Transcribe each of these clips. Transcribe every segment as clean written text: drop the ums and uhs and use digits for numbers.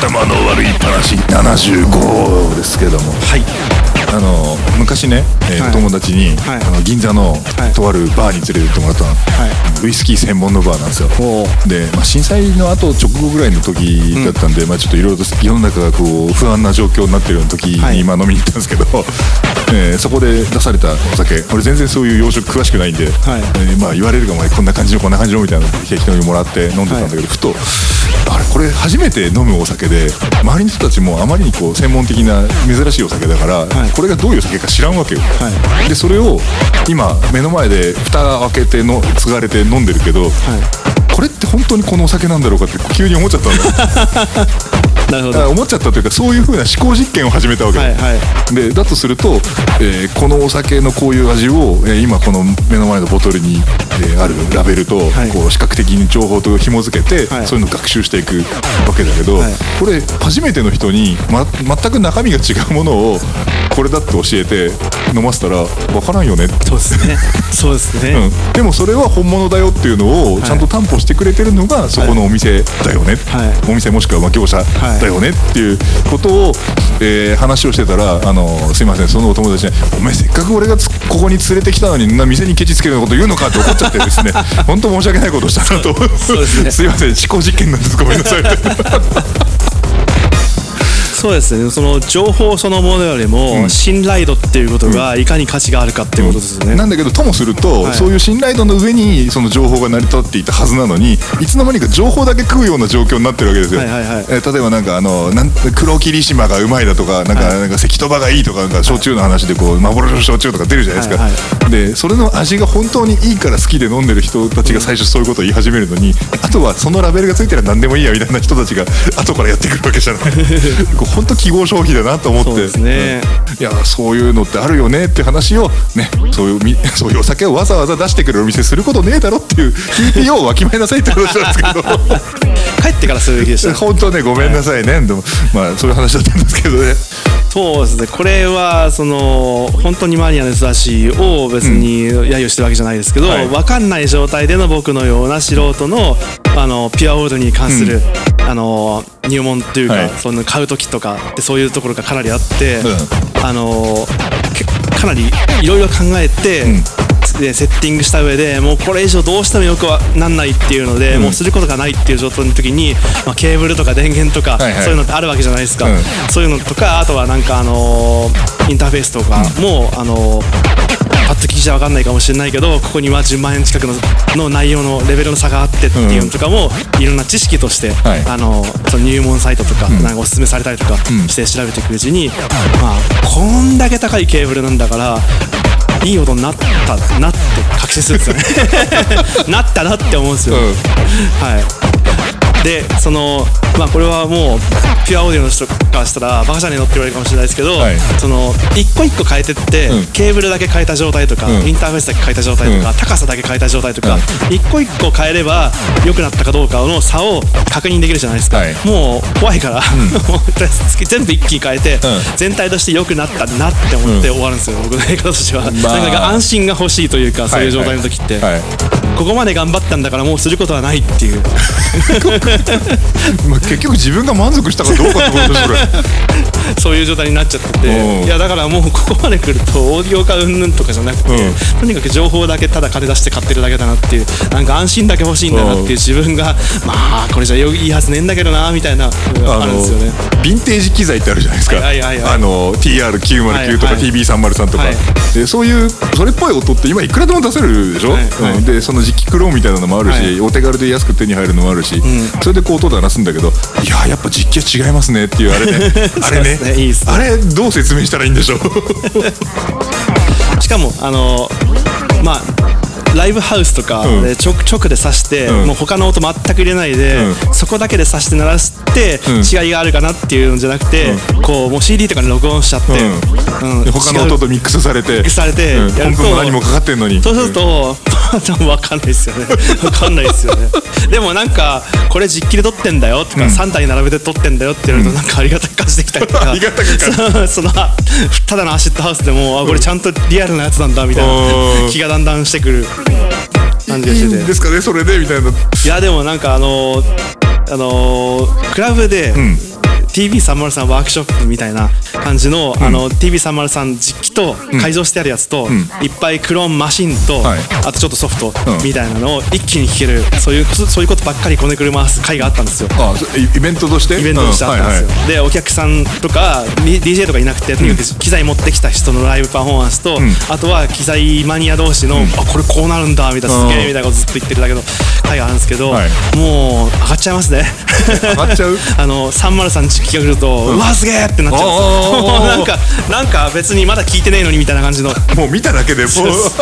頭の悪い話75ですけども、 はい。 昔ね、 はい友達に、 はい銀座のはいとあるバーに連れてってもらったの、ウイスキー専門のバーなんですよ。で、震災の後直後ぐらいの時だったんで、ちょっといろいろと世の中がこう不安な状況になってるような時に、 はい、 飲みに行ったんですけどそこで出されたお酒、俺全然そういう洋食詳しくないんで、言われるがこんな感じのこんな感じのみたいなの適当にもらって飲んでたんだけど、ふとあれこれ初めて飲むお酒で、周りの人たちもあまりにこう専門的な珍しいお酒だから、これがどういう酒か知らんわけよ。でそれを今目の前で蓋開けての継がれて飲んでるけど、これって本当にこのお酒なんだろうかって急に思っちゃったんだよ。 なるほど。 思っちゃったというか、そういう風な思考実験を始めたわけ、でだとすると、このお酒のこういう味を、今この目の前のボトルに、あるラベルと、こう視覚的に情報と紐付けて、そういうのを学習していくわけだけど、これ初めての人に、全く中身が違うものをこれだって教えて飲ませたら分からんよね。 そうですね。そうですね、 でもそれは本物だよっていうのをちゃんと担保してくれてるのがそこのお店だよね、お店もしくは業者だよねっていうことを、話をしてたら、すいません、そのお友達に「お前せっかく俺がここに連れてきたのに店にケチつけるようなこと言うのか」って怒っちゃってですね本当申し訳ないことをしたなと。 そうですね。 すいません、思考実験なんです、ごめんなさい。 そうですね。その情報そのものよりも信頼度っていうことがいかに価値があるかっていうことですよね。 なんだけどともすると、そういう信頼度の上にその情報が成り立っていたはずなのに、いつの間にか情報だけ食うような状況になってるわけですよ。例えばなんか黒霧島がうまいだとか、なんか関戸場がいいとか、なんか焼酎の話でこう幻の焼酎とか出るじゃないですか。でそれの味が本当にいいから好きで飲んでる人たちが最初そういうことを言い始めるのに、あとはそのラベルがついてら何でもいいやみたいな人たちが後からやってくるわけじゃない。本当記号消費だなと思って。そうですね。いや、そういうのってあるよねって話をね、そういうお酒をわざわざ出してくるお店することねえだろっていう TPO をわきまえなさいって話なんですけど帰ってからするべきでした。 本当ね、ごめんなさいね、でもそういう話だったんですけどね。 そうですね。これはその本当にマニアの人たちを別に揶揄してるわけじゃないですけど、分かんない状態での僕のような素人のピュアオールドに関する、入門というか、その買う時とかでそういうところがかなりあって、かなりいろいろ考えて、セッティングした上でもうこれ以上どうしてもよくはなんないっていうので、もうすることがないっていう状態の時に、ケーブルとか電源とか、そういうのってあるわけじゃないですか、そういうのとか、あとはなんかインターフェースとかも、パッと聞いちゃ分かんないかもしれないけど、ここには10万円近くの内容のレベルの差があってっていうのとかも、いろんな知識として、その入門サイトとか、なんかおすすめされたりとかして調べていくうちに、こんだけ高いケーブルなんだからいい音になったなって確信するんですよね。なったなって思うんですよ、でこれはもうピュアオーディオの人からしたらバカじゃねえのって言われるかもしれないですけど、その一個一個変えてって、ケーブルだけ変えた状態とか、インターフェースだけ変えた状態とか、高さだけ変えた状態とか、一個一個変えれば良くなったかどうかの差を確認できるじゃないですか、もう怖いから、全部一気に変えて、全体として良くなったなって思って終わるんですよ、僕のやり方としては。なんか安心が欲しいというか、そういう状態の時って、ここまで頑張ったんだからもうすることはないっていう。 結局自分が満足したかどうかってことですよ、これ。 そういう状態になっちゃってて、いやだからもうここまで来るとオーディオ化うんぬんとかじゃなくて、とにかく情報だけただ金出して買ってるだけだなっていう、なんか安心だけ欲しいんだなっていう自分が、これじゃいいはずねえんだけどなみたいなあるんですよね。 ヴィンテージ機材ってあるじゃないですか。TR909 とか TB303 とか、そういうそれっぽい音って今いくらでも出せるでしょ。でその磁気クローンみたいなのもあるし、お手軽で安く手に入るのもあるし、それでこう音を出すんだけど、いややっぱ実機は違いますねっていう、あれねあれね、あれどう説明したらいいんでしょう。 しかもライブハウスとかで直で挿して、もう他の音全く入れないで、そこだけで挿して鳴らして違いがあるかなっていうのじゃなくて、こうもう CD とかに録音しちゃって、 他の音とミックスされて本文も何もかかってんのに、 そうすると分かんないですよね。分かんないですよね。でもなんかこれ実機で撮ってんだよとか、3台並べて撮ってんだよって言われると、なんかありがたく感じてきたりとか、そのただのアシッドハウスでもこれちゃんとリアルなやつなんだみたいな気がだんだんしてくる感じがしてて、いいんですかねそれでみたいな。 いやでもなんかクラブで、 TV303 ワークショップみたいな感じの、TV303 実機と改造してあるやつと、いっぱいクローンマシンと、あとちょっとソフトみたいなのを一気に聴ける、そういうことばっかりこねくり回す会があったんですよ。 イベントとしてあったんですよ。でお客さんとか DJ とかいなくて、とにかく機材持ってきた人のライブパフォーマンスと、あとは機材マニア同士の、これこうなるんだみたいな、すげえみたいなことずっと言ってるだけど会があるんですけど、もう上がっちゃいますね。 上がっちゃう 303実機が来ると、うわすげえってなっちゃうんですよ。なんか別にまだ聞いてねえのにみたいな感じの、 もう見ただけでもう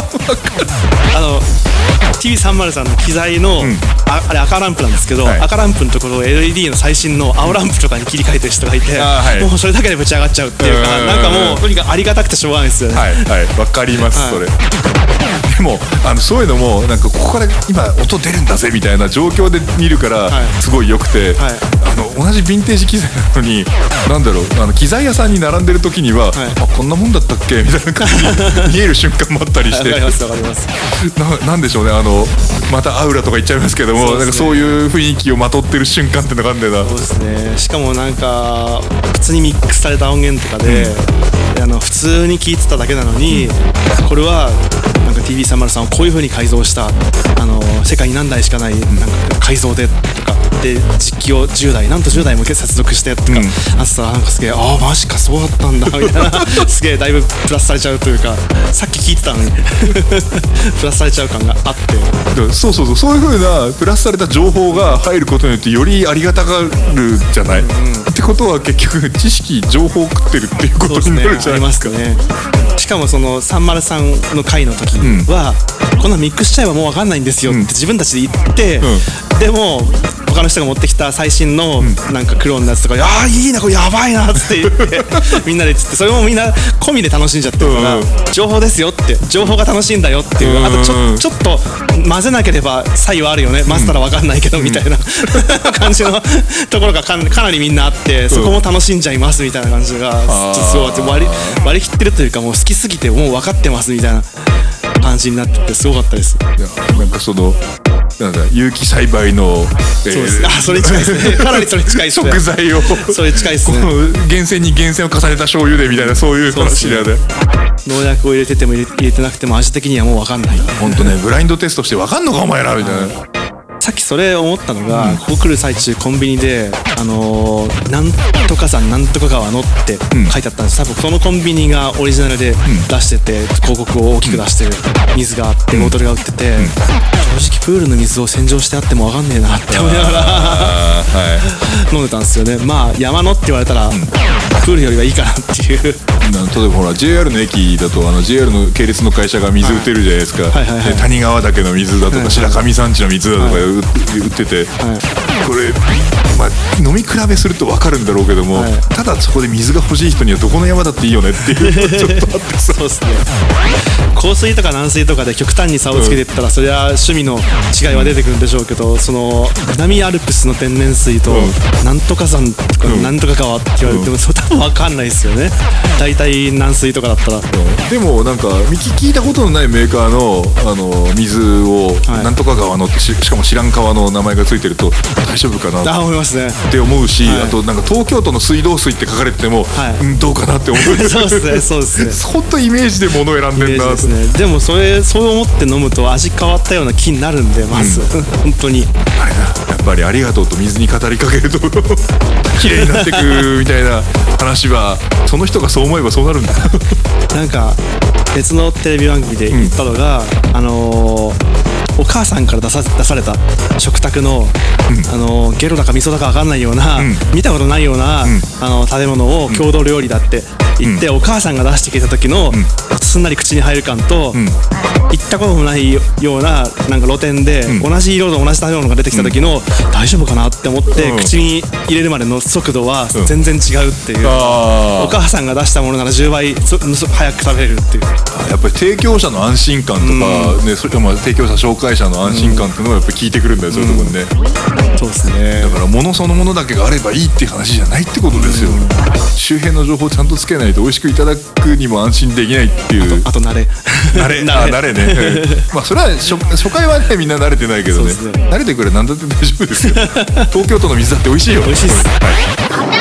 TV303 の機材の、あれ赤ランプなんですけど、赤ランプのところを LED の最新の青ランプとかに切り替えてる人がいて、もうそれだけでぶち上がっちゃうっていうか、なんかもうとにかくありがたくてしょうがないですよね。 わかります、それ。でもそういうのもなんかここから今音出るんだぜみたいな状況で見るからすごい良くて、同じヴィンテージ機材なのに、なんだろう、機材屋さんに並んでる時には、こんなもんだったっけみたいな感じに見える瞬間もあったりして、 わかりますわかります。 なんでしょうね、またアウラとか言っちゃいますけども、なんかそういう雰囲気をまとってる瞬間ってのがあるんだよな。 そうですね。しかもなんか普通にミックスされた音源とかで、普通に聴いてただけなのに、これはなんか TV303 をこういう風に改造した世界に何台しかないなんか改造でとかで、実機を10台なんと10台も接続してとかあったら、なんかすげえマジかそうだったんだみたいなすげえだいぶプラスされちゃうというか、さっき聞いてたのにプラスされちゃう感があって、 そういう風なプラスされた情報が入ることによってよりありがたがるじゃない、ってことは結局知識情報を食ってるっていうことになるじゃないですか。 しかもその303の回の時は、こんなミックスしちゃえばもう分かんないんですよって自分たちで言って、でも他の人が持ってきた最新のなんかクローンのやつとか、いいなこれやばいなって言ってみんなで言って、それもみんな込みで楽しんじゃってるから、情報ですよって、情報が楽しいんだよっていう、あとちょっと混ぜなければ差異はあるよね、混ぜたら分かんないけどみたいな感じのところがかなりみんなあって、そこも楽しんじゃいますみたいな感じがすごい割り切ってるというか、もう好きすぎてもう分かってますみたいな感じになっててすごかったです。 なんかなんだ有機栽培の、 それ近いですね。かなりそれ近いですね。 食材をそれ近いですね。 厳選に厳選を重ねた醤油でみたいな、そういう話で、 農薬を入れてても入れてなくても味的にはもう分かんない。 本当ね、ブラインドテストして分かんのかお前らみたいな。 さっきそれ思ったのが、ここ来る最中コンビニでなんとかさんなんとか川のって書いてあったんです。多分そのコンビニがオリジナルで出してて、広告を大きく出してる水があって、ボトルが売ってて、正直プールの水を洗浄してあっても分かんねえなって思いながら飲んでたんですよね。まあ山のって言われたらプールよりはいいかなっていう。例えばほら JR の駅だとJR の系列の会社が水売ってるじゃないですか。谷川岳の水だとか白神山地の水だとか売ってて、これ飲み比べすると分かるんだろうけども、ただそこで水が欲しい人にはどこの山だっていいよねっていうのがちょっとあってさ。 そうですね。硬水とか軟水とかで極端に差をつけていったら、それは趣味の違いは出てくるんでしょうけど、その南アルプスの天然水となんとか山とかなんとか川って言われても、それ多分分かんないですよね。大体軟水とかだったら。 でもなんか聞いたことのないメーカーの水をなんとか川のって、しかも知らん川の名前がついてると大丈夫かな思いますねって思うし、あとなんか東京都の水道水って書かれてても、どうかなって思う。 そうですね。 本当イメージで物選んでんなと。 でもそう思って飲むと味変わったような気になるんで、まず本当にあれだ、やっぱりありがとうと水に語りかけると綺麗になってくみたいな話は、その人がそう思えばそうなるんだ。 なんか別のテレビ番組で言ったのが、お母さんから出された食卓の、ゲロだか味噌だか分かんないような、見たことないような、食べ物を郷土料理だって言って、お母さんが出してきた時の、すんなり口に入る感と、行ったこともないようななんか露店で、同じ色の同じ食べ物が出てきた時の、大丈夫かなって思って、口に入れるまでの速度は全然違うっていう、お母さんが出したものなら10倍早く食べれるっていう。 やっぱり提供者の安心感とか、ね、それ提供者紹介者の安心感っていうのがやっぱり効いてくるんだよ、そういうところにね。 そうですね。 だから物そのものだけがあればいいっていう話じゃないってことですよ。周辺の情報をちゃんとつけないと美味しくいただくにも安心できないっていう。 あと慣れね。まあそれは初回はねみんな慣れてないけどね、慣れてくれば何だって大丈夫ですよ。東京都の水だって美味しいよ。 美味しいです。